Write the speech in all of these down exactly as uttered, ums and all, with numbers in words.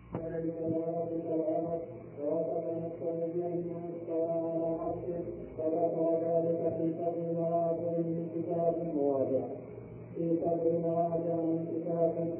ذلك الورد والعمل ووصف نفسه بأنه استوى على عرشه وذكر ذلك في سبع مواضع من كتاب مواضع في سبع مواضع من كتاب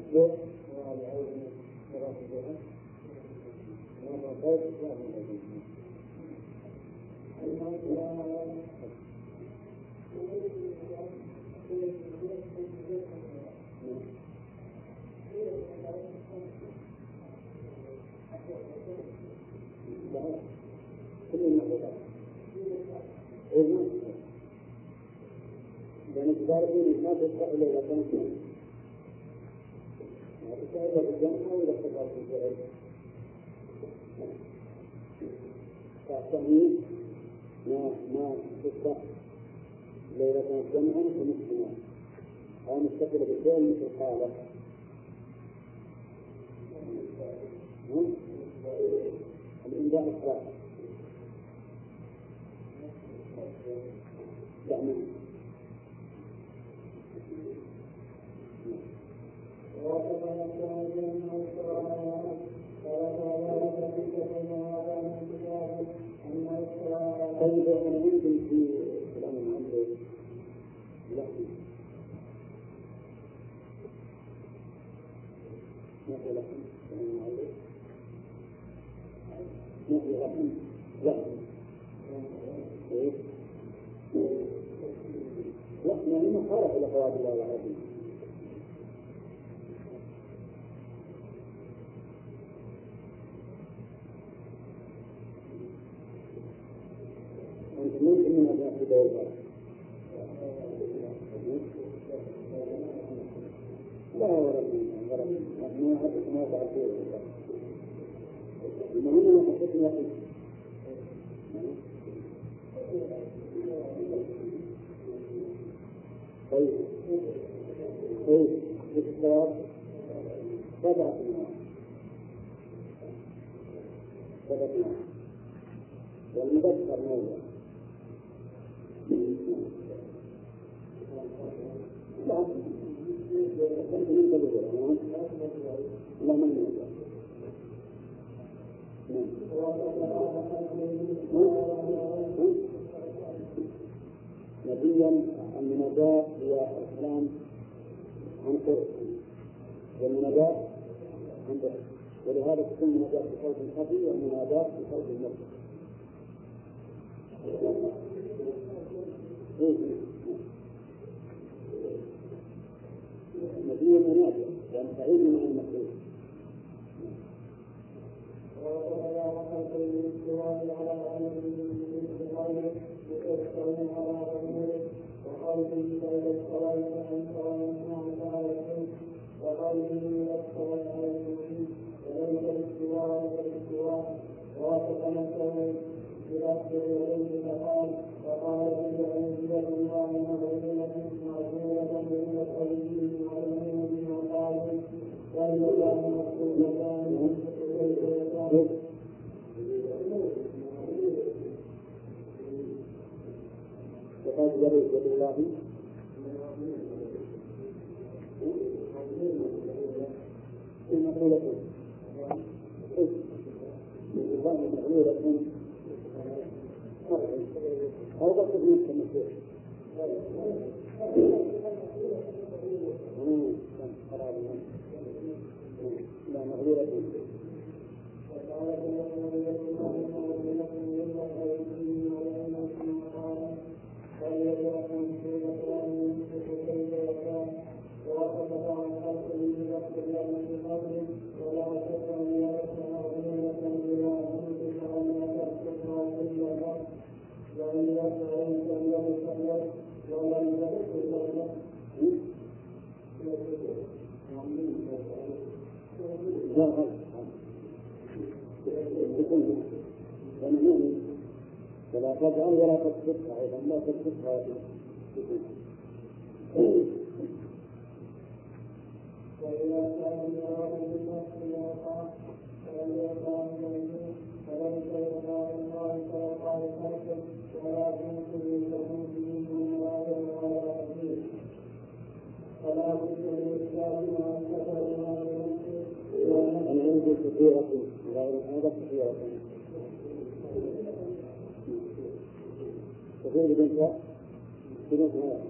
لأن التجارة ما تفتح إلا إذا كانت جمع ما تفتح إلا بالجمع أو إذا تفتح بالفعل فالتأمين ما ما تفتح إلا إذا كانت جمعا فمسلمة أو مستقبل بالفعل مثل قال الإنجاء الصلاة تأمين ووصف نفسه بأنه استوى على عرشه وذكر ذلك في سبع مواضع من كتابه أنه استوى على عرشه. طيب أنا عندي في الأمر عنده لحن نحن لحن السلام عليكم نحن لحن لحن إيه لحن يعني مخالف إلى قواعد الله العربية. ممكن من أبناء في دولة لا ولا ولا ما أعرف ما تعرفون المهم أن أحسن يقين طيب طيب الاختيار سبعة نوع سبعة نوع والمذكر نوع لا لا ما ينفع نبيا المناداة هي الكلام عن قرب والمناداة عن بعد ولهذا تكون المناداة بصوت خفي والمناداة بصوت مرتفع. نبي منادى لأن سعيد من المخلوق وعلى خلق الاستواء على عمل بالغير يستوي على غيره وقوله إذا استوى فأن سواء على الحين وقوله إذا استوى على المحيط وليس الاستواء كالاستواء ووصف نفسه بنفسه إليه فقال وقال تجعل يد الله مغلولة معذورة بين الطيبين معلومين بما قالوا وإن الله مقصودتان وقال جريء يد الله مغلولة الله مغلولة أو بس نفس المسيح لا مغلولة ولا تجعل ولا تكتبها أيضا لا تكتبها وإذا كان الله بالنفس والقاء فليقع منه فليس يقع الله فيقع الحسن ولكن كل له منه مراجع ولا تكبير فلا بد للإسلام أن تكون على نفسه. العلم كثيرة غير هذا كثيرة كثير بنت بنت هذا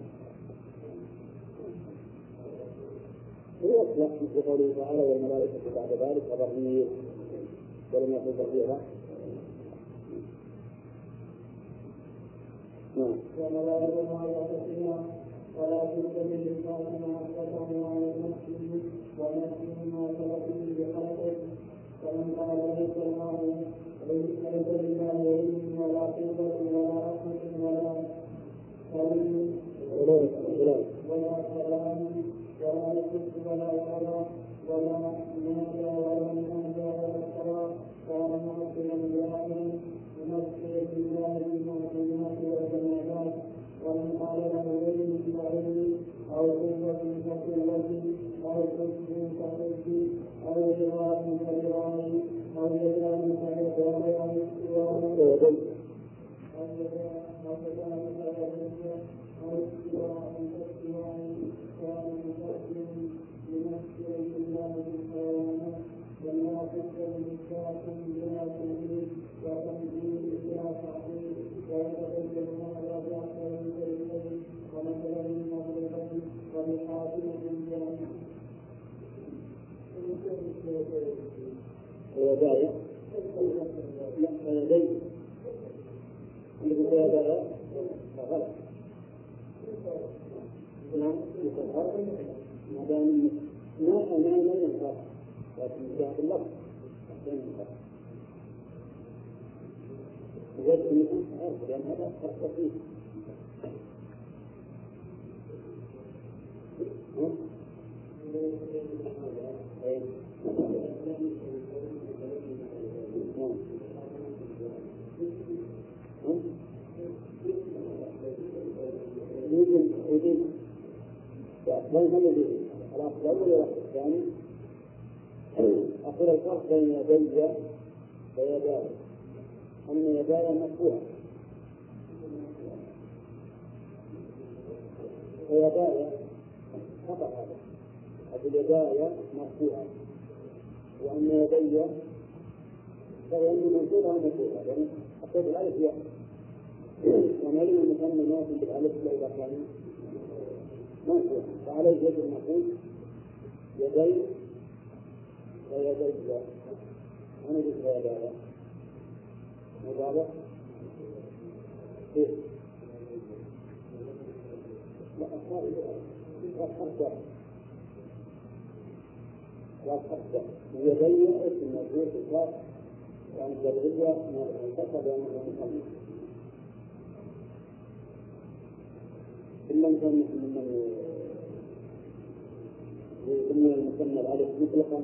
ويطلق في قوله تعالى والملائكة بعد ذلك ضمير ولم يكن كثيرا. وملائكة على كثيرا ولا بد من إثبات ما أثبته على نفسه ونفسه ما ثبته بخلقه فمن قال ليس الله ليس لله علم ولا قوة ولا رحمة ولا كريم ولا كلام ولا نفس ولا قضاء ولا نادى ولا منادى ولا سواء كان مؤثرا بآخر يمثل بالله بالمعصيات والجنات ومن قال له علم كعلمي أو قوة كقوتي أو حب كحبي أو رضا كرضاي أو يدان كيداي أو يدان كيداي أو استواء كاستواء كان مقدم لنفسه بالله بالحيوانات ولا تكتب بالذات بلا تنزيل وتنزيل بلا تعطيل ويتبين هذا بأكثر الكلمين ومثلا المغربة وبحاكمة الجامع. هو داعية لا لدي اللي هو داعية غلط نعم يتظهر ما دام ما أمام ينفع لكن جاء باللفظ لا ينفع وجدت منه عارف لأن هذا فرق فيه يمكن يجب من هم الذي الأفضل ولا الأفضل الثاني أقول الفرق بين يدي ويداي أن يداي مفتوحة ويداي خطأ هذا أقول يداي مفتوحة وأن يدي فهي منصوبة ومفتوحة يعني أقول الألف هي ونعلم المثنى ناصب بالألف إذا كان منصوبا فعليه يجب أن نقول يدي ويدي أنا قلت يداي مضارع كيف؟ لا أخطاء والحركة والحركة ويدي اسم مجهول في الكاف وأن الجبرية منتقد ومصنف إلا إن كان من يسمى المثنى الألف مطلقا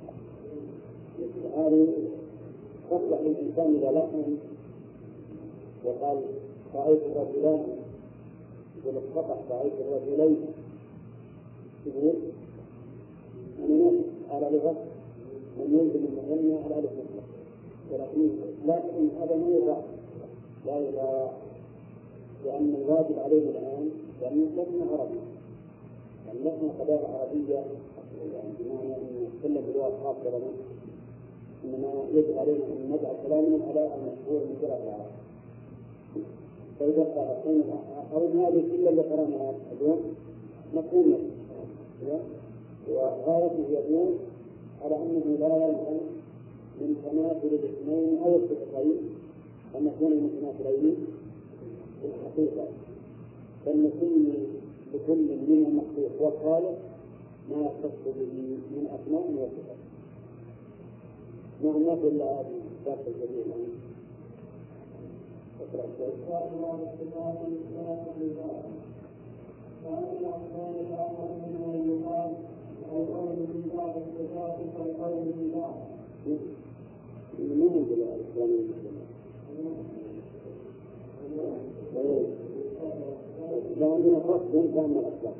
هذه تصلح للإنسان إذا لحن وقال رأيت الرجلان يقول الخطأ رأيت الرجلين يقول أنا على لغة من يلزم المثنى على ألف مطلق ولكن لكن هذا ما يضع لا يضع لأن الواجب عليه الآن لأن لسنا عربي لأن لسنا قضايا عربية يعني بمعنى أن نتكلم بلغة خاصة لنا إنما يجب علينا أن نجعل كلامنا على المشهور من قراءة العرب فإذا قال أو هذه كل اللي قرأناها اليوم مفهوم وغايته يدور على أنه لا يلزم من تماثل الاثنين أو الصفتين أن يكون متماثلين في الحقيقة بل كل لكل من المخلوق والخالق ما يختص به من أسماء وصفات. نعم نقول الله ذات الجميع وأما الصفات الصفات لله فأما الأحكام الآخر منها يقال القول في بعض الصفات كالقول في بعض من يقول الإسلام إذا عندنا قصد كان من الأسلام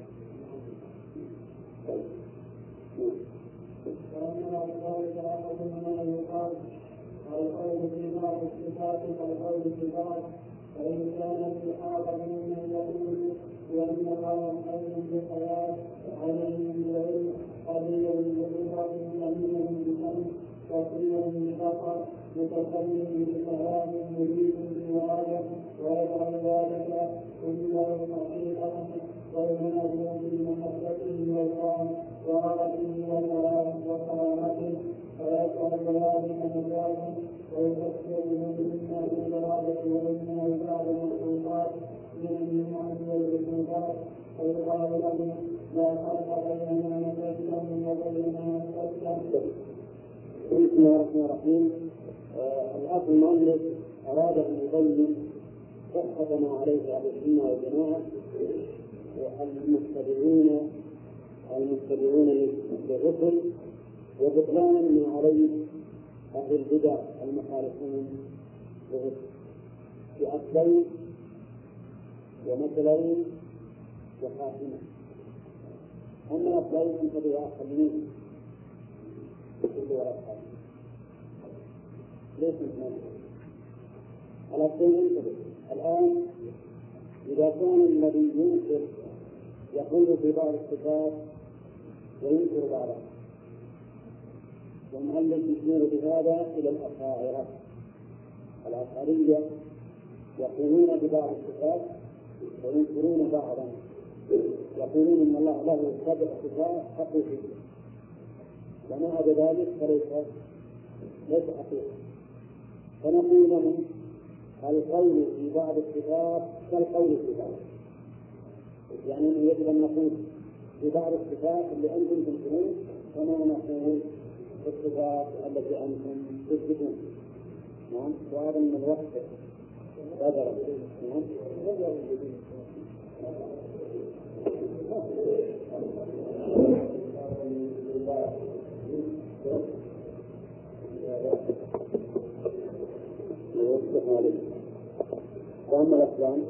وأما الأحكام الآخر منها يقال القول في بعض الصفات كالقول في بعض فإن كان في حاضر ممن يقول بأن الله حي بحياة عليم بالعلم قدير بقدرة أمين بفهم نفاقا متكلم بكلام مريد بغاية ويجعل ذلك كله حقيقة وينازل بمحبته والقرآن وغرته وكرامته فيجعل ذلك مجازا ويفسره مما في الإرادة ومما بعد المخلوقات من النعم والعقوبات ويقال له لا فرق بين ما يتكلم وبين ما يتكلم. بسم الله الرحمن الرحيم. الأخ المؤلف أراد أن يبين صحة ما عليه أهل السنة والجماعة والمتبعون المتبعون للرسل وبطلان ما عليه أهل البدع المخالفون للرسل بأصلين ومثلين وخاتمة. أما الأصلين فبها أقلين بكل ولا خاتمة ليس مثل الأصلين. الآن إذا كان الذي ينكر يقول في بعض الصفات وينكر بعضها، والمؤلف يشير بهذا إلى الأشاعرة. الأشاعرية يقولون ببعض الصفات وينكرون بعضا، يقولون إن الله له سبع صفات حقيقية وما عدا ذلك فليس ليس حقيقة. فنقول لهم القول في بعض الصفات كالقول في بعض، يعني يجب أن نقول في بعض الصفات اللي أنتم تنكرون كما نقول في الصفات التي أنتم تثبتون. نعم، وهذا من الوقت بدر. نعم، وأما الأسلام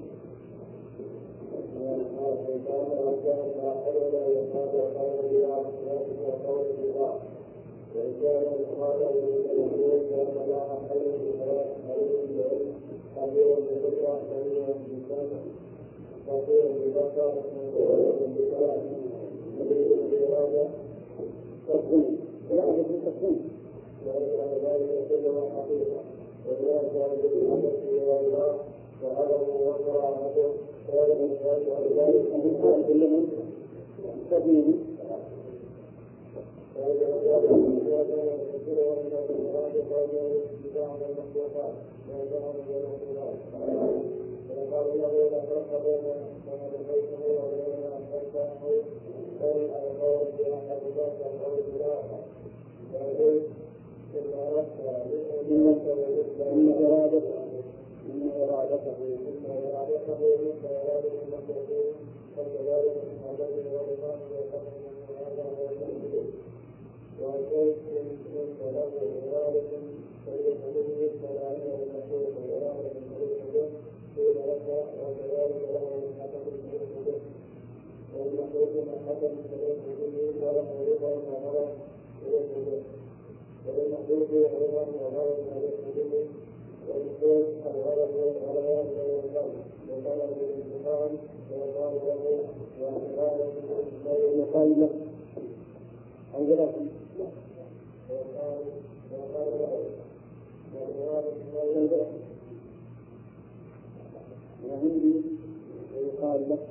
وعندي يقال لك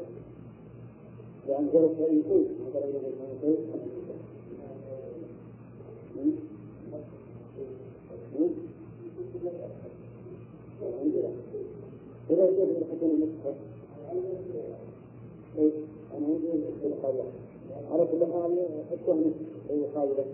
لأن جرت أي شيء هذا الذي يقول عندنا إذا جاء الحكم المسخر أنا أقول القضاء على كل حال التهم يقال لك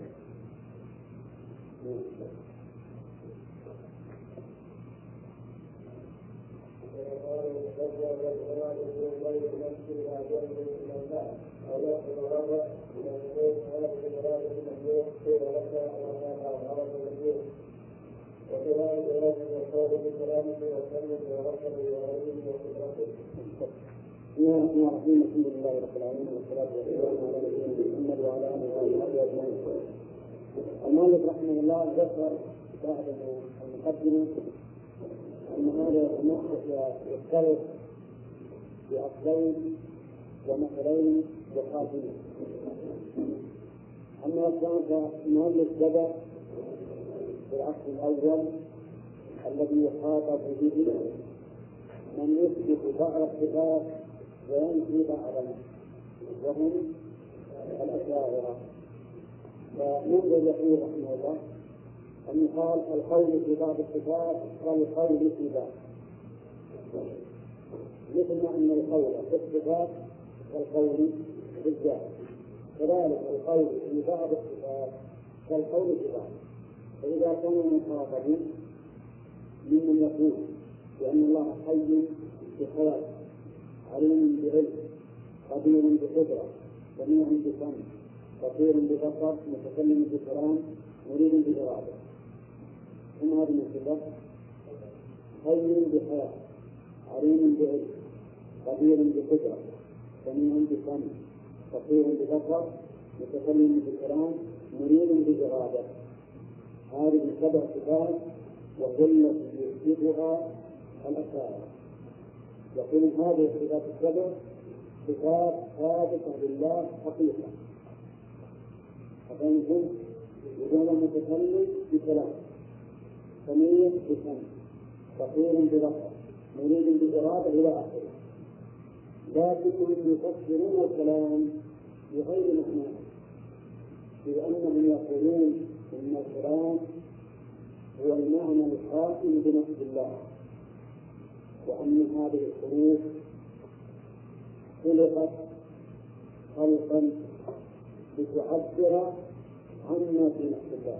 الحمد لله رب العالمين والصلاة والسلام على نبينا محمد وعلى آله وصحبه أجمعين. المؤلف رحمه الله ذكر بعد المقدمة أن هذا المؤلف يختلف بأصلين ومثلين وخاتمين. أما الثالث المؤلف بدأ في العصر الأول الذي يخاطب به من يثبت بعض الصفات وينفي بعضها وهم الأشاعرة. فمنذ يقول رحمه الله أن يقال القول في بعض الصفات كالقول في بعض، مثل ما أن القول في الصفات كالقول في الذات، كذلك القول في بعض الصفات كالقول في بعض. فإذا كانوا مخاطبين ممن يقول بأن الله حي بحياة، عليم بعلم، قدير بقدرة، سميع بسمع، بصير ببصر، متكلم بكلام، مريد بإرادة، هم هذه الصفات: حي بحياة، عليم بعلم، قدير بقدرة، سميع بسمع، بصير ببصر، متكلم بكلام، مريد بإرادة. هذه سبع صفات وهي التي يثبتها الأشاعرة. يقول هذه الصفات السبع صفات ثابتة لله حقيقة. فإنهم يقول متكلم بكلام، سميع بسمع، بصير ببصر، مريد بإرادة إلى آخره. لكنهم يفسرون الكلام بغير معناه، لأنهم يقولون إن الكلام هو المعنى القائم بنفس الله، وأن هذه الحروف خلقت خلقا لتعبر عما في نفس الله.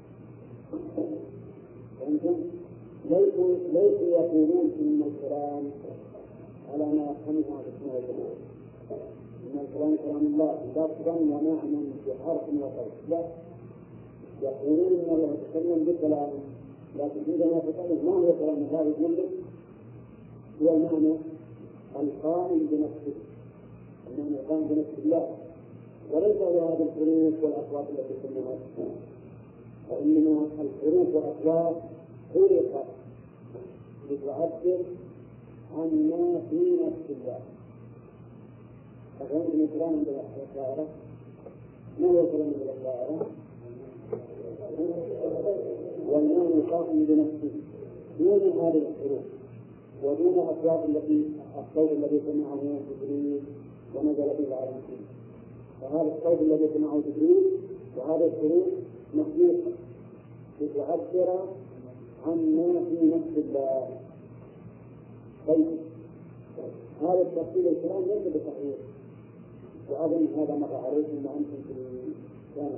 فأنتم ليسوا ليسوا يقولون إن الكلام على ما يفهمه على السنة والجماعة، إن الكلام كلام الله لفظا ومعنى بحرف وصوت، لا، يقولون إن الله يتكلم بكلام، لكن عندما يتكلم ما هو كلام الله يقول لك هو المعنى القائم بنفسه، المعنى القائم بنفس الله، وليس هو هذه الحروف والأصوات التي سمعت، وإنما الحروف والأصوات خلقت لتعبر عن ما في نفس الله. فكانت من كلام عند الأشاعرة، ما هو كلام عند الأشاعرة؟ والمعنى القائم بنفسه دون هذه الحروف ودون الأصوات التي الصوت الذي سمعه جبريل ونزل به على المسلمين. فهذا الصوت الذي سمعه جبريل وهذا الحروف مخلوقة لتعبر عن ما في نفس الله. طيب هذا التفصيل الكلام ليس بصحيح، وأظن هذا مر عليكم وأنتم في الثاني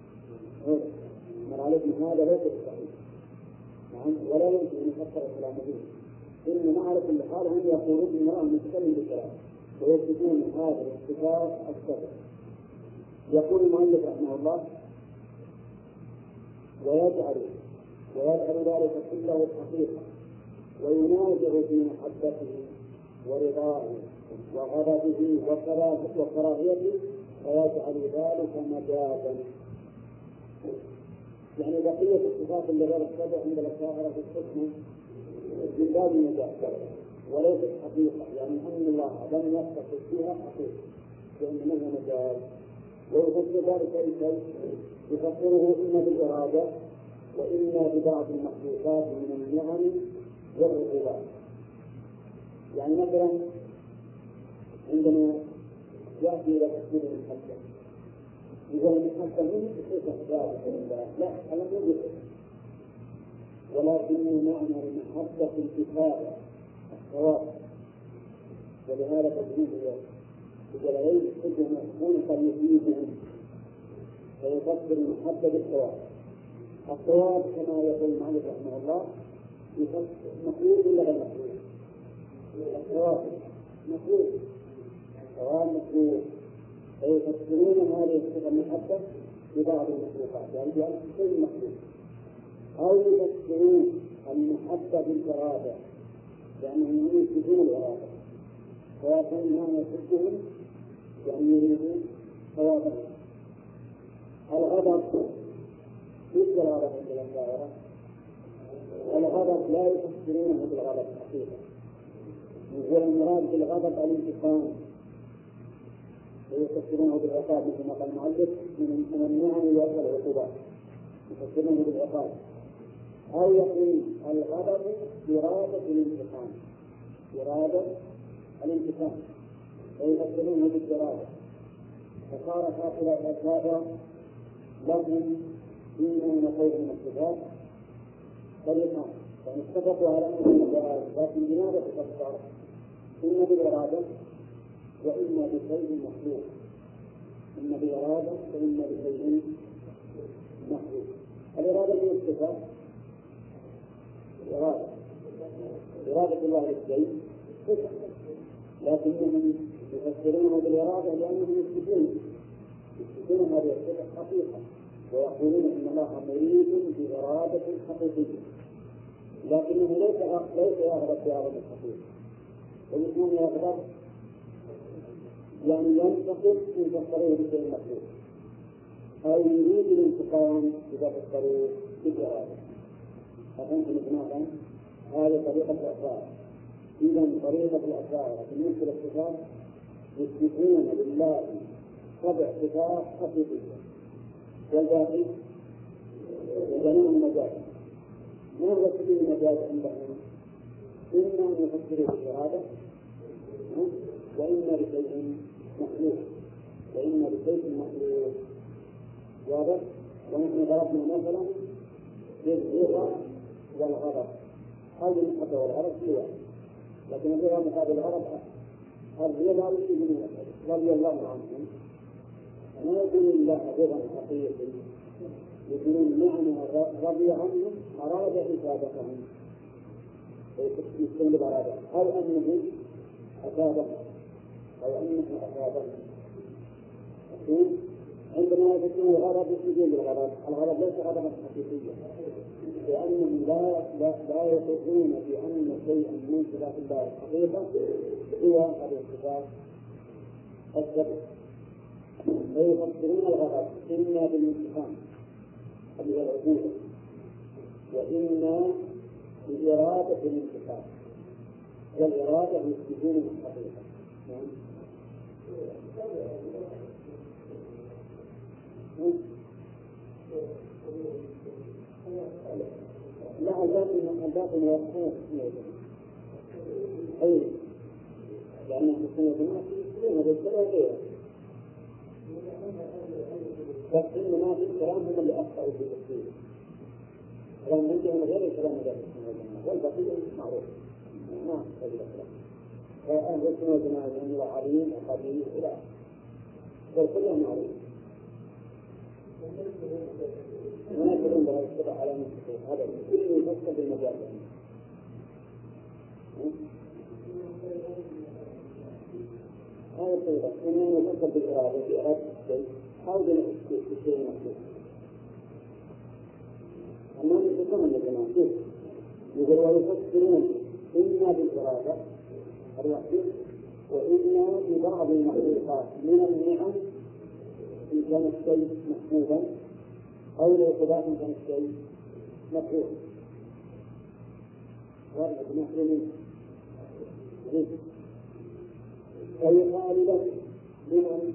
مر عليكم هذا ليس بصحيح، نعم، ولا يمكن أن يفسر الكلام به. إن نعرف كل حال هم يقولون إن الله متكلم بالكلام ويثبتون هذه الصفات السبع. يقول المؤلف رحمه الله: ويجعل ويجعل ذلك كله الحقيقة، وينازع في محبته ورضاه وغضبه وكراهيته، فيجعل ذلك مجازا. يعني بقية الصفات اللي غير السبع عند الأشاعرة في الحكم من باب المجاز وليست حقيقة، يعني أن الله لم يتصف فيها حقيقة لأنه مجاز. ويفسر ذلك الشيء يفسره إما بالإرادة وإما ببعض المخلوقات من النعم والعقوبات. يعني مثلا عندما يأتي إلى تفسير المحبة يقول المحبة من صفة ذلك لله، لا، أنا مو ولكن معنى المحبة الكفاية الثواب، ولهذا تجريبه بجلالين حجة مفهوم قد يفيدهم فيفسر المحبة بالثواب. الثواب كما يقول المؤلف رحمه الله مخلوق ولا غير مخلوق؟ الثواب مخلوق، الثواب مخلوق، فيفسرون هذه الصفة المحبة ببعض المخلوقات، يعني بأن كل مخلوق، أو يفسرون المحبة بالإرادة لأنهم يثبتون الإرادة، فيكون معنى حبهم يعني يريدون ثوابا. الغضب مثل الغضب عند الأشاعرة، الغضب لا يفسرونه بالغضب حقيقة، يقول المراد بالغضب الانتقام، ويفسرونه بالعقاب مثل ما قال المؤلف من النعم والعقوبات، يفسرونه بالعقاب أو يكون الغضب إرادة الانتقام، إرادة الانتقام ويفسرونه بالإرادة، فصار هؤلاء الأسباب لهم دين وخير من الصفات طريقان، فإن اتفقوا على أنهم بالإرادة، لكن لماذا تفسر؟ إما بالإرادة وإما بشيء مخلوق، إما بإرادة وإما بشيء مخلوق. الإرادة من الصفات إرادة إرادة الله للشيء صفة، لكنهم يفسرونه بالإرادة لأنهم يثبتون يثبتون هذه الصفة حقيقة، ويقولون إن الله مريد بإرادة حقيقية، لكنه ليس ليس يغضب بإرادة الحقيقة، ويكون يغضب يعني ينتقم إن فسروه بشيء مخلوق، أو يريد الانتقام إذا فسروه بالإرادة. فهمتم إجمالا؟ هذه طريقة الأفعال. إذا طريقة الأفعال بالنسبة للصفات يثبتون لله سبع صفات حقيقية، والباقي يجعلون المجاز. ما هو سبيل المجاز عندهم؟ إما أن يفسروا بالإرادة وإما بشيء مخلوق وإما بشيء مخلوق. واضح؟ ونحن ضربنا مثلا بالرضا والغضب، هذه المحبة والغضب سواء، لكن الرضا مقابل الغضب الرضا يجب رضي الله عنهم، ما يقول الله رضا حقيقي، يقولون معنى رضي عنهم أراد إفادتهم يستند بالإرادة، أو أنه أفادهم أو أنه أفادهم. عندما يكون الغضب يستجيب بالغضب، الغضب ليس غضبا حقيقيا، لأنهم لا لا يقرون بأن شيئا من صفات الله الحقيقة هو هذه الصفات السبع، فيفسرون الغضب إما بالانتقام اللي هو العقوبة، وإما بإرادة الانتقام، والإرادة يثبتون الحقيقة. لا الباطن الباطن يرحمه أي لأنه سنة الناس يسلمون بالسنة غيره، بس إنما في الكلام هم اللي أخطأوا في التفسير، كلام عندهم غير الكلام الذي والبقية معروف ما هذه الكلام. فأهل السنة والجماعة من الله عليم وقدير إلى فالكل معروف، ما يقولون بهذا الشرع على نفسه، هذا كله يفسر بالمجال. هذا الطريقة إنه يفسر بالإرادة بإرادة الشيء أو بالشيء المخلوق. أما يفسرون من الجماعة يقول ويفسرون إما بالإرادة الوحيد وإما ببعض المخلوقات من النعم إن كان الشيء محمودا أو العقوبات إن كان الشيء مكروه. وارد محرومين فيقال له لمن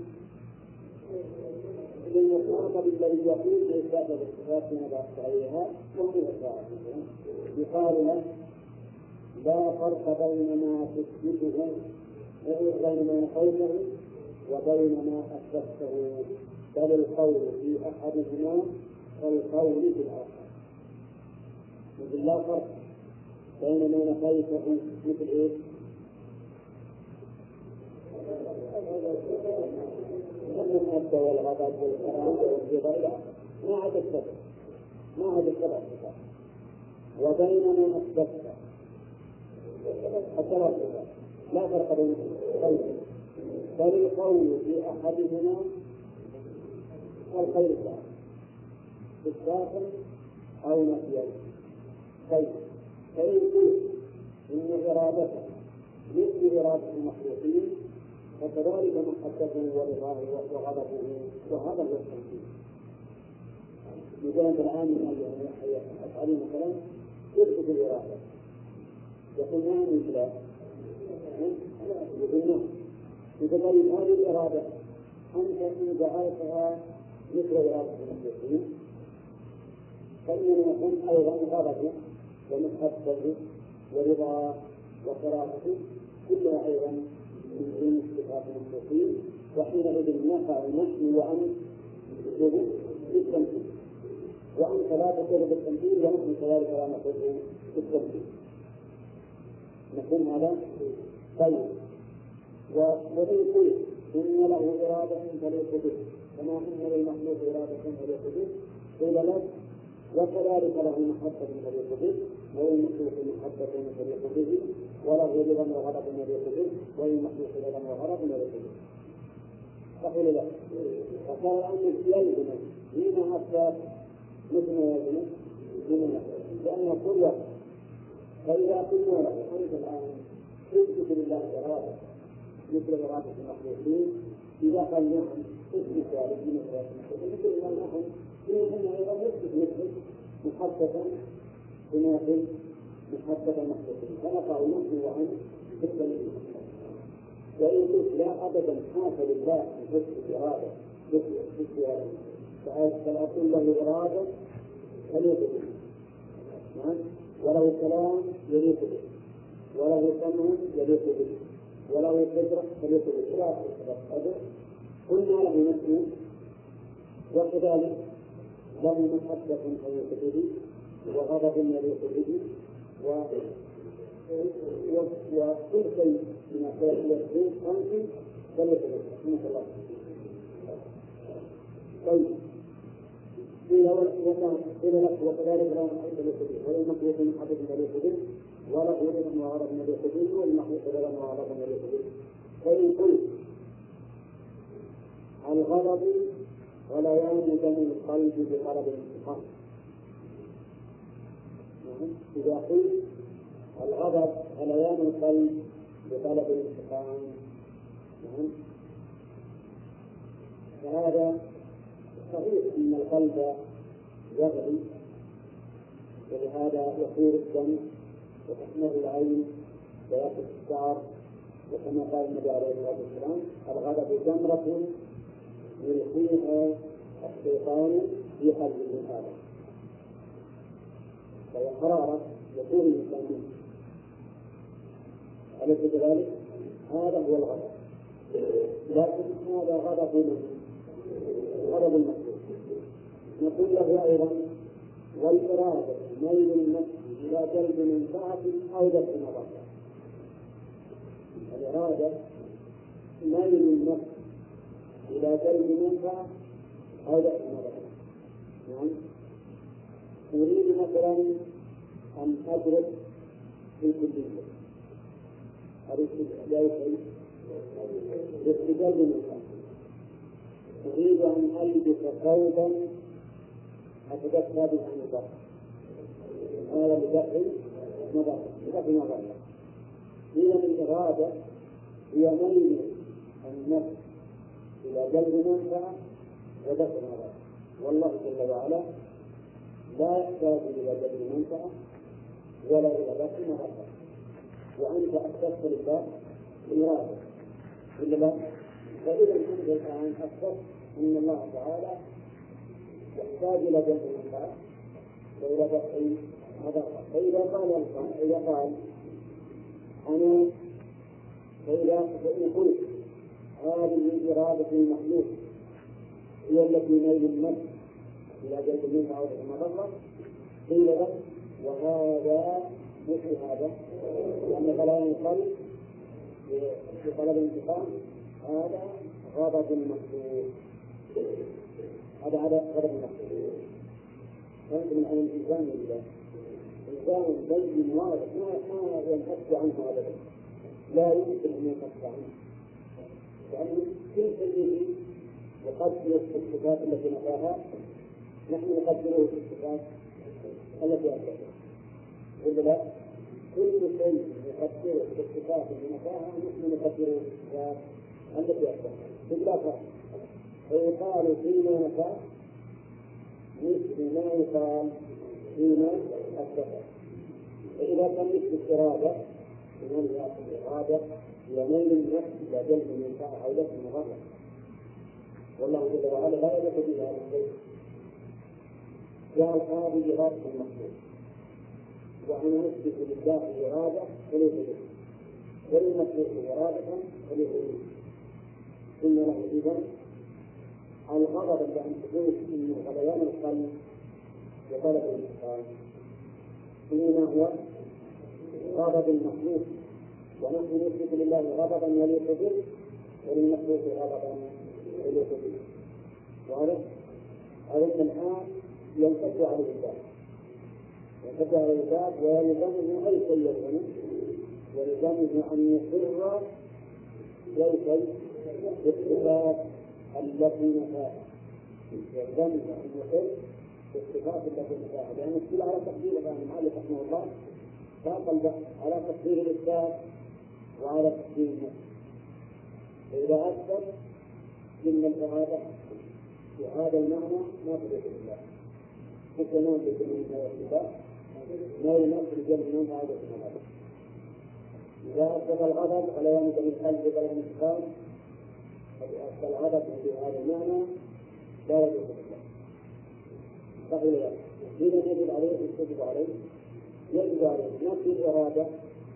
للمخاطب الذي يقول بإثبات الصفات من بحث عليها وهو يقال له لا فرق بين ما تثبته بين ما نقوله وبين ما أثبته، بل القول في أحدهما والقول في الآخر. مثل لا فرق بين ما نقوله مثل إيه؟ المحبة والغضب والكرامة والرضا إلى آخره، ما عدا السبب ما عدا السبب وبين ما أثبته الثلاثة لا فرق بين القولين، بل القول في أحدهما والقول الآخر إثباتا أو نفيا. طيب فإن قلت إن إرادته مثل إرادة المخلوقين فكذلك محبته ورضاه وغضبه وهذا هو التنفيذ. مثلا الآن من أفعالهم مثلا يثبت الإرادة يقول نعم مثل يقول نعم إذا طيب هذه الإرادة أنت إن جعلتها مثل إرادة المخلوقين فإننا نكون أيضا غضبه ومحبته ورضاه وكراهته كلها أيضا من دون صفات المخلوقين، وحينئذ نقع نحن وأنت بالتمثيل، وأنت لا تقر بالتمثيل ونحن كذلك لا نقر بالتمثيل. نفهم هذا؟ طيب، وإن قلت إن له إرادة تليق به كما أن للمخلوق إرادة تليق به قيل لك وكذلك له محبة تليق به وللمخلوق محبة تليق به وله رضا وغضب يليق به وللمخلوق رضا وغضب يليق به. فقيل لا، فقال الأمر يلزم فيما أثبت مثل ما يلزم فيما أثبت، لأن كل وقت فإذا قلنا له أنت الآن تثبت لله إرادة مثل إرادة المخلوقين، إذا قال نعم تثبت ذلك من إرادة المخلوقين مثل ما نحن فإننا أيضا نثبت مثل محبة تناسب محبة المخلوقين، فنقع نحن وأنت في التمثيل. وإن قلت لا أبدا حاصل لله من حسن إرادة مثل إرادة فأقول له إرادة تليق به، نعم، وله كلام يليق به، وله سمع يليق به، وله قدرة يليق به، لا قدر قلنا له نحن وكذلك له محبة تليق به وغضب يليق به وكل شيء من أخلاق الدين أنت تليق به رحمه الله. طيب، قيل لك وكذلك لا محبة يليق به وللمخلوق محبة يليق به وله رضا وغضب يليق به والمخلوق رضا وغضب يليق به. فإن قلت الغضب غليان دم القلب بطلب الانتقام، إذا قلت الغضب غليان القلب بطلب الانتقام فهذا صحيح أن القلب يغلي ولهذا يصير الدم وتحمر العين ويقف الشعر، وكما قال النبي عليه الصلاة والسلام الغضب جمرة يلقيها الشيطان في قلب الإنسان، فهي حرارة يكون الإنسان منه. أليس كذلك؟ هذا هو الغضب، لكن هذا غضب من غضب المخلوق. نقول له أيضا والإرادة ميل النفس إلى جلب منفعة أو دفع مضرة. الإرادة ميل النفس إلى جلب منفعة أو دفع مضرة. نعم، أريد مثلا أن أدرس في كلية أريد جلب منفعة، أريد أن ألبس ثوبا أتدفى به عن الضرر، هذا بدفع مضرة بدفع مضرة. إذا الإرادة هي ميل النفس إلى جلب منفعة ودفع مضرة، والله جل وعلا لا يحتاج إلى جلب منفعة ولا إلى دفع مضرة، وأنت أثبت لله الإرادة إلا لا؟ فإذا أنت الآن أثبت أن الله تعالى يحتاج إلى جلب المنفعة وإلى دفع مضرة. فإذا قال إذا قال أنا فإذا فإن قلت هذه إرادة المخلوق هي التي ميل النفس إلى جلب المنفعة ودفع المضرة، قيل لك وهذا مثل هذا، لأن غليان القلب في طلب الانتقام هذا غضب المخلوق، هذا هذا غضب المخلوق. فأنت من أن الإنسان لله إنسان بين واضح ما ينفك عنه أبدا، لا يمكن أن ينفك عنه، لأن كل شيء يقدر الصفات التي نفاها نحن نقدره في الصفات التي أثبتها، ولا لا؟ كل شيء يقدره في الصفات التي نفاها نحن نقدره في الصفات التي أثبتها بلا فرق. فيقال فيما نفاه مثل ما يقال فيما أثبته. فإذا كان مثل الإرادة من يأخذ الإرادة إلى ميل النفس إلى جلب المنفعة أو دفع المضرة، والله جل وعلا لا يدخل إلى هذا الشيء. جاء القاضي بإرادة المخلوق، وأنا نثبت لله إرادة فليس به، وللمخلوق إرادة فليس به. إن له إذن الغضب بأن تكون من غليان القلب وطلب الإنسان، إنما هو غضب المخلوق، ونحن نثبت لله غضبا يليق به وللمخلوق غضبا يليق به. وهذا هذا الآن ينفك على الباب، ينفك على الباب ويلزمه أي شيء يلزمه، يلزمه أن يقر ليس بالصفات التي نفاها، يلزمه أن يقر بالصفات التي نفاها، لأن الكل على تقدير الآن المؤلف رحمه الله فاقل على تقدير الإثبات وعلى تقدير النفي. فإذا أثبت إن الإرادة في هذا المعنى ما تدرك الله، مثل ما يدرك من الصفات ما ينفي الجمع من هذا المعنى. إذا أثبت الغضب على يوم القلب بلا انتقام، فأثبت الغضب في هذا المعنى لا يدرك الله. فقيل إذا يجب عليه يجب عليه يجب عليه نفي الإرادة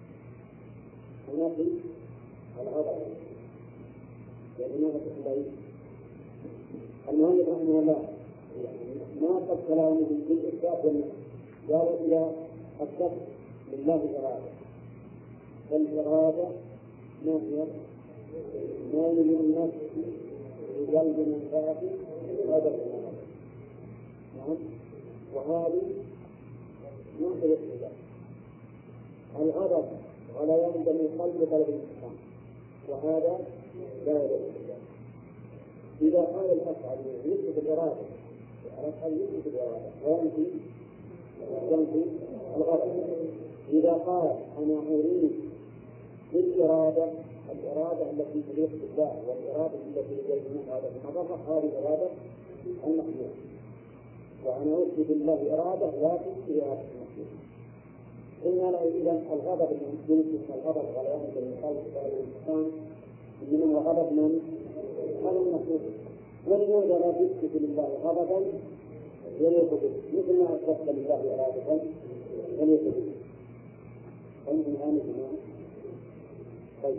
ونفي الغضب. لماذا تقول المؤلف رحمه الله ما قد كلامه في الإثبات والنفي، قال إذا أثبت لله إرادة، فالإرادة ما هي؟ ما يلزم النفس بقلب منفعة هذا الإرادة. نعم، وهذه ما هي الإثبات. الغضب ولا يلزم القلب طلب الانتقام، وهذا لا يلزم. إذا قال الأفعل يثبت الإرادة، الأفعل يثبت الإرادة وينفي ينفي الغضب. إذا قال أنا أريد بالإرادة، الإرادة التي تليق بالله والإرادة التي يلزم هذا المضرة، هذه إرادة المخلوق، وأنا أثبت بالله إرادة لا تثبت إرادة المخلوق. إن له إذن الغضب المسلم اسم الغضب ولا يمكن من خلق الإنسان، إنما هو غضب من غضب المخلوق. ولماذا لا تثبت لله غضبا يليق به مثل ما أثبت لله إرادة يليق به؟ فمن الآن الإمام طيب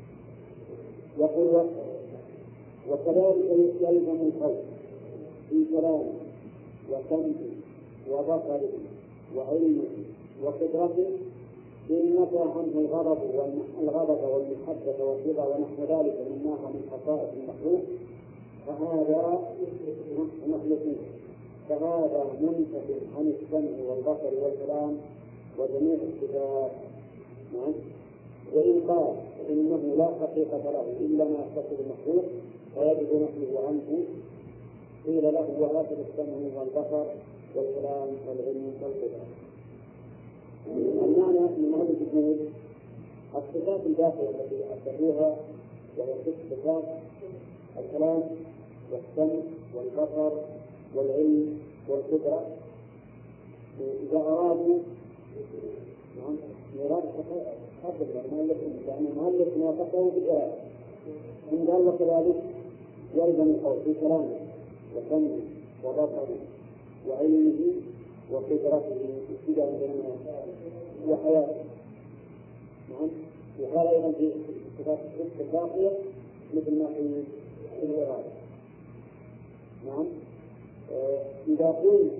يقول وكذلك يلزم القول في كلامه وسمعه وبصره وعلمه وقدرته إن نفى عنه الغضب والغضب والمحبة والرضا ونحو ذلك مما من خصائص المخلوق فهذا مخلوقين، فهذا منتفع عن السمع والبصر والكلام وجميع الصفات. نعم، وإن قال إنه لا حقيقة له إلا ما يختص بالمخلوق فيجب نفيه عنه، قيل له وهذا السمع والبصر والكلام والعلم والقدرة. المعنى من هذه الجملة الصفات الداخلة التي أثبتوها وهي ست صفات: الكلام والسمع والبصر والعلم والقدرة. إذا أرادوا نعم إرادة حسب المؤلف، لأن المؤلف موافقه بالإرادة، إن قال وكذلك يلزم القول في كلامه وسمعه وبصره وعلمه وقدرته ابتداء وحياته. نعم، وقال أيضا في صفات الست الباقية مثل ما في الإرادة. نعم، إذا قلت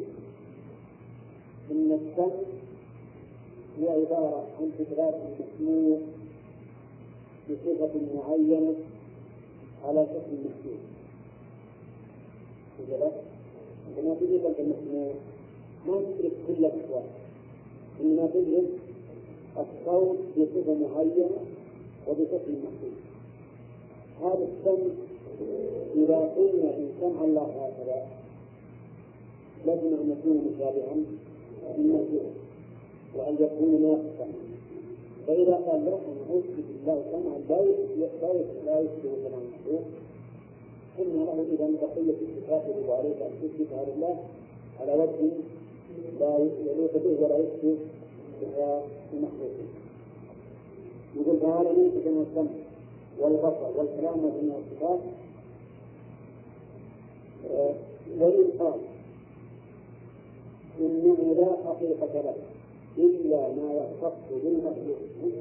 إن السمع هي عبارة عن إدراك المسموع بصفة معينة على شكل مسموع، عندما تدرك المسموع ما تدرك كل الأصوات، إنما تدرك الصوت بصفة معينة وبشكل مسموع. هذا السمع إذا قلنا إن سمع الله هكذا لازم أن يكون مشابها للمسموع وأن يكون ناقصا. فإذا قال له أن أثبت الله سمعا لا يشبه كلام المخلوق، قلنا له إذا بقية الصفات يجب عليك أن تثبتها لله على وجه لا يليق به ولا يشبه بها المخلوق. يقول فهذا ليس كما السمع والبصر والكلام وجميع الصفات. وإن قال إنه لا حقيقة له إلا ما يختص بالمخلوق،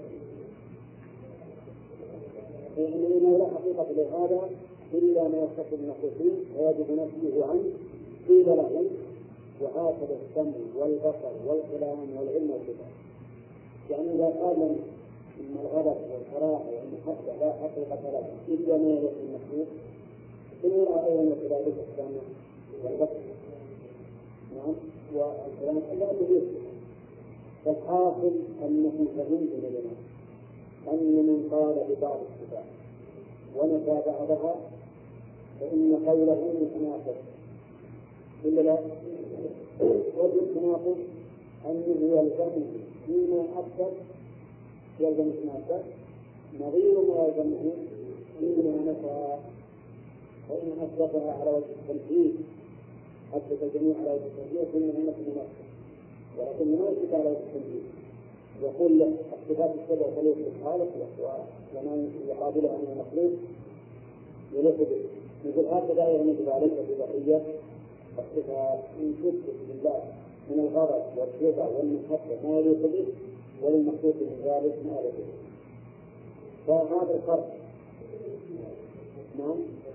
يعني إنه لا حقيقة لهذا إلا ما يختص بالمخلوقين ويجب نفيه عنه. قيل له وهكذا السمع والبصر والكلام والعلم والكتاب. يعني إذا قال إن الغضب والكراهة والمحبة لا حقيقة له إلا ما يليق بالمخلوق، ثم أيضا كذلك السمع والبصر نعم والكلام لا يليق. فالحاصل أنه فهمت لنا أن من قال ببعض الصفات ونفى بعضها فإن قوله متناقض إلا لا وجه التناقض أنه يلزمه فيما أثبت يلزم التناقض نظير ما يلزمه فيما نفى، فإن أثبتها على وجه التنفيذ أثبت الجميع على وجه التنفيذ ثم هي تناقض، ولكن ما يثبت على وجه التنفيذ يقول له الصفات السبع تليق بالخالق وما يقابلها من المخلوق يليق به. مثل هكذا يجب عليك ببقية الصفات إن تثبت بالله من الغرض والرضا والمحبة ما يليق به وللمخلوق من ذلك ما يليق به. فهذا الفرق نعم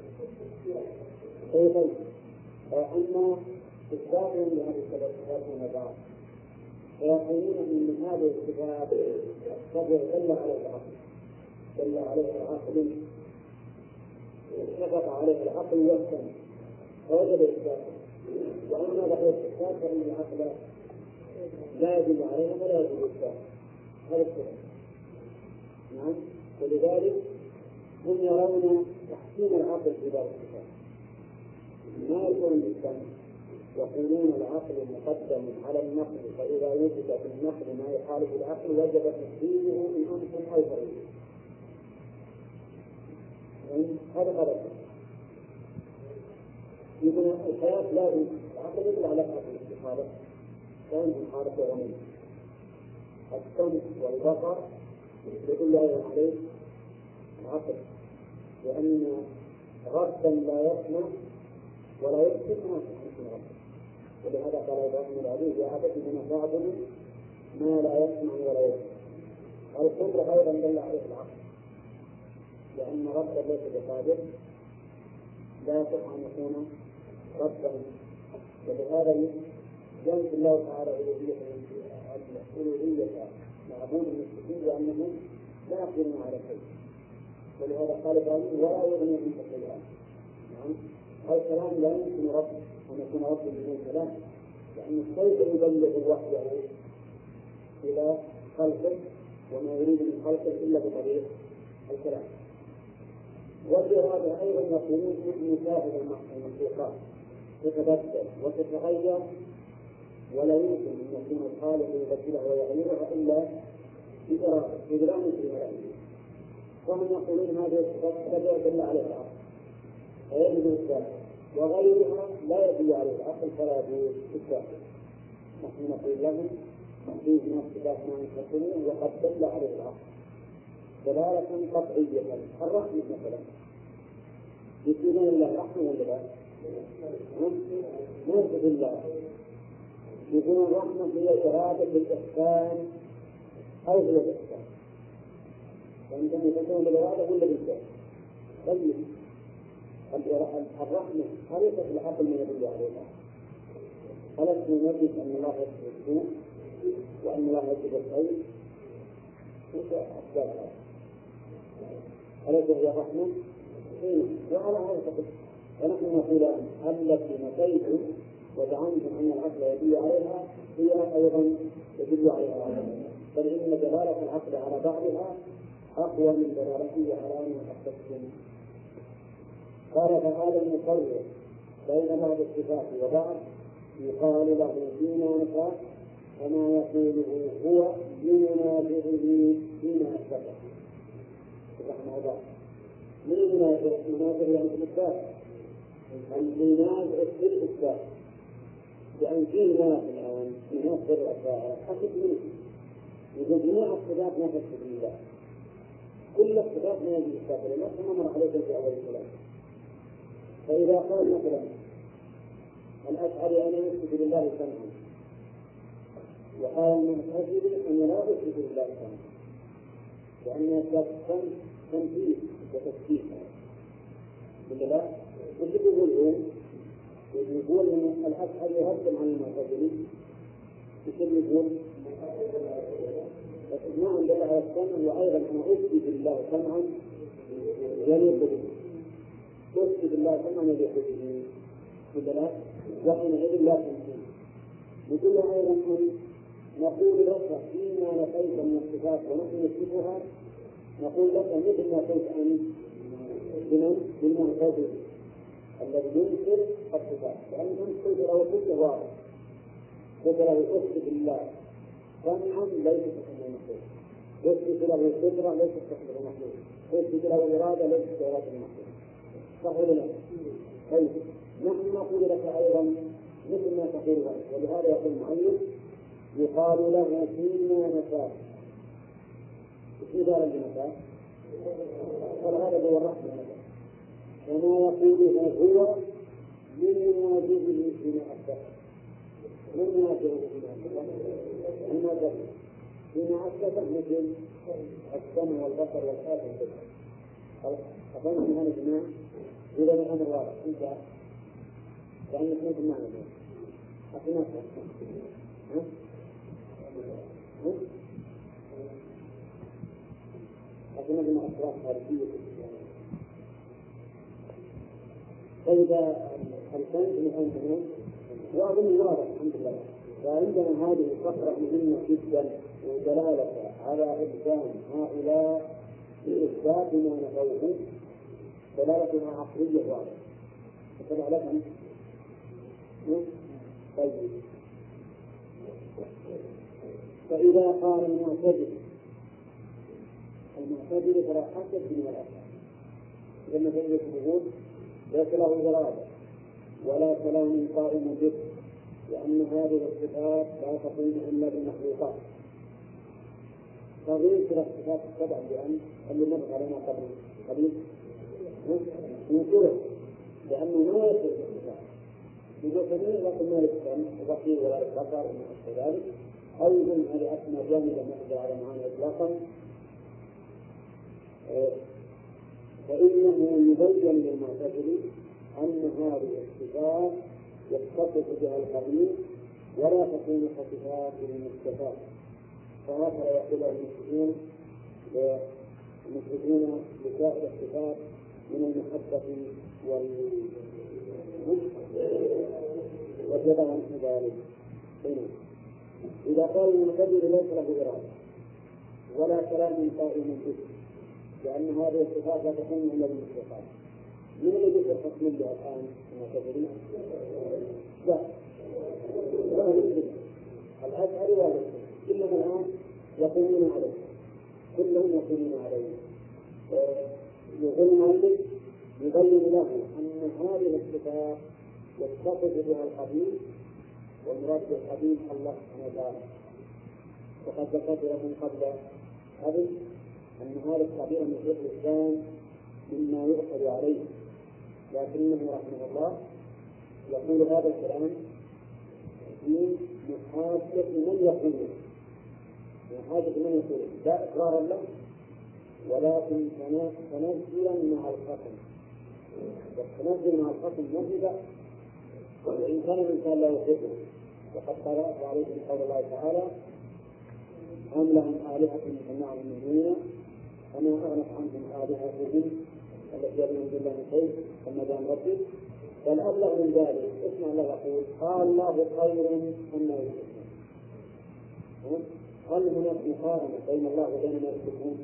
أيضا. أما إثباتهم لهذه الصفات من بعض فيقولون أن هذه الصفات الصبر دل عليه العقل دل عليه العقل اتفق عليه العقل والسمع فوجب إثباته، وأما بقية الصفات فإن العقل لا يدل عليها ولا يجب إثباته. هذا الصفات نعم. ولذلك هم يرون تحسين العقل في بعض الصفات ما يكون بالسمع، يقولون العقل مقدم على النقل، فإذا وجد في النقل ما يخالف العقل وجب تحسينه إن أمكن أو غيره. هذا غلط. يقول الحياة لازم العقل يدل على الخالق، كان الخالق وغني. السمع والبصر يدل عليه العقل، لأن غصبا لا يسمع ولا يبصر ما يمكن غصبا. ولهذا قال إبراهيم العلي يا أبت إنما تعبد ما لا يسمع ولا يبصر. الكفر أيضا دل عليه العقل، لأن ربا ليس بقادر لا يصح أن يكون ربا. ولهذا ينفي الله تعالى الألوهية معبود المشركين لأنهم لا يقدرون على شيء. ولهذا قال إبراهيم ولا يغني منك شيئا. نعم. الكلام لا يمكن رب أن يكون رب بدون كلام، لأن الشيء يبلغ الوحي إلى خلقه وما يريد من خلقه إلا بطريق الكلام. وفي هذا أيضا يقولون نحن شاهد المخلوقات تتبدل وتتغير ولا يمكن أن يكون الخالق يبدلها ويغيرها إلا بإرادة بدون إرادة. وهم يقولون هذه الصفات لا يدل عليها العقل فيجب الإثبات، وغيرها لا يدل عليه العقل فلا يجوز إثباته. نحن نقول لهم فيه من الصفات ما ينفصلون وقد دل عليه العقل دلالة قطعية. الرحمة مثلا يكون لله رحمة ولا لا؟ ما يثبت الله. يكون الرحمة هي إرادة الإحسان أو هي الإحسان، فإن تكون بالإرادة ولا بالفعل. طيب الرحمة هل يثبت العقل من يدل عليها؟ ألست نجد أن الله يثبت السوء وأن الله يثبت الخير؟ ليس أسبابها. أليس هي الرحمة؟ وعلى هذا فقط. ونحن نقول التي نفيتم وزعمتم أن العقل يدل عليها هي أيضا يدل عليها، بل إن دلالة العقل على بعضها أقوى من دلالته على ما تحتسب. قال فهذا المفرق بين بعض الصفات وبعض يقال له فيما نفى كما يقوله هو بمنازعه فيما أثبته. سبحانه وتعالى من المنازع يعني في الإثبات، المنازع في الإثبات، لأن فيه ناس الآن في ناس غير الأشاعرة حسب منه يقول جميع الصفات ما تثبت لله، كل الصفات ما يجب إثبات لله ثم مر عليكم في أول الكلام. فإذا قال مثلا الأشعري أنا يثبت لله سمعا وقال المعتزلة أن لا أشرك بالله سبحانه لأن الشرك تنفيذ وتثبيت ولا لا؟ وش يقول هو؟ يقول أن الأشعري يهدم عن المعتزلة وش يقول؟ ما عند الله السمع وأيضا أنا أثبت بالله سمعا يليق به أثبت بالله سمعا يليق به ولا لا؟ وحينئذ لا تنفيذ. يقول أيضا أن نقول لك فيما لقيت من الصفات ونحن نثبتها نقول لك مثل ما قلت أنت بمن؟ بالمعتزلة الذي ينكر الصفات لأن أنت قلت له كل واحد قلت له أثبت بالله سمعا ليس كصفة المخلوق أثبت له قدرة ليست كصفة المخلوق أثبت له إرادة ليست كإرادة المخلوق صح ولا لا؟ طيب نحن نقول لك أيضا مثل ما تقول ذلك ولهذا يقول المؤلف يقال له فيما نفاه اسم دار النفاه فهذا هو الرحمة كما يقوله هو من واجبه فيما أثبت من واجبه فيما أثبت النظر فيما أثبت مثل السمع والبصر والحاسة والبصر أظن من هذا الجماع إذا الأمر واضح أنت يعني يكون المعنى أخي ها؟ أظن من أسرار خارجية فإذا الكنز من أنه وأظن واضح الحمد لله. فعندنا هذه الفقرة مهمة جدا ودلالة على إبدان هؤلاء في إثبات ما نفوه دلالة عقلية واضحة. فكذا لكم طيب فإذا قال المعتزل المعتزل فلا حسد من الأشياء لما تجد الظهور ليس له إرادة ولا كلام قائم به لأن هذه الصفات لا تقوم إلا بالمخلوقات فغير كلا الصفات السبع بأن اللي نبغى علينا قبل قبل ننكره لأنه ما يصير الصفات يقول فمين لكن ما يفهم وبقي ولا يتبقى وما أشبه ذلك أو يظن هذه أسماء جامدة نقدر على معاني إطلاقا فإنه يبين للمعتزلة أن هذه الصفات يتصف بها القديم ولا تكون كصفات للمستفاد فهكذا يقول المسلمون المسلمون بسائر الصفات من المحبة والجبل عن ذلك. إذا قال المعتزلة ليس له إرادة ولا كلام قائم به لأن هذه الصفات لا تكون إلا بالمخلوقات من الذي يحكم لها الآن المعتزلة؟ لا لا يمكن الأشعري ولا كلهم الآن يقومون عليه كلهم يقومون عليه يقول المؤلف يبين له أن هذه الصفات يتصف بها القديم والمراد بالقديم الله سبحانه وتعالى وقد ذكرت لكم قبل هذا أن هذا التعبير من شيخ الإسلام مما يؤخذ عليه لكنه رحمه الله يقول هذا الكلام في محاجة من يقوله محاجة من يقوله لا إقرارا له ولكن تنزلا مع الخصم والتنزل مع الخصم نزل وإن كان الإنسان لا يحبه وقد قال عليكم قول الله تعالى أم لهم آلهة يسمعون من دوننا وما أغنت عنهم آلهتهم التي يدعون من دون الله شيء ثم دام ربي بل أبلغ من ذلك اسمع الله يقول قال الله خير أما يشركون هل هناك مقارنة بين الله وبين ما يشركون؟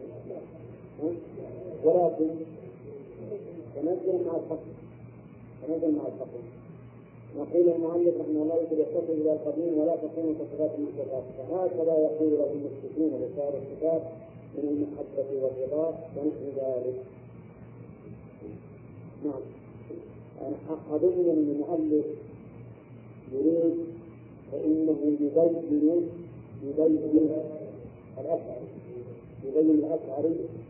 ولكن تنزل مع الحق تنزل مع الحق نقول المؤلف رحمه الله يتصل إلى القديم ولا تكون كصفات المخلوقات فهكذا يقول له المشركون لسائر الصفات من المحبة والرضا ونحو ذلك. نعم أظن أن المؤلف يريد فإنه يبين يبين الأشعري يبين الأشعري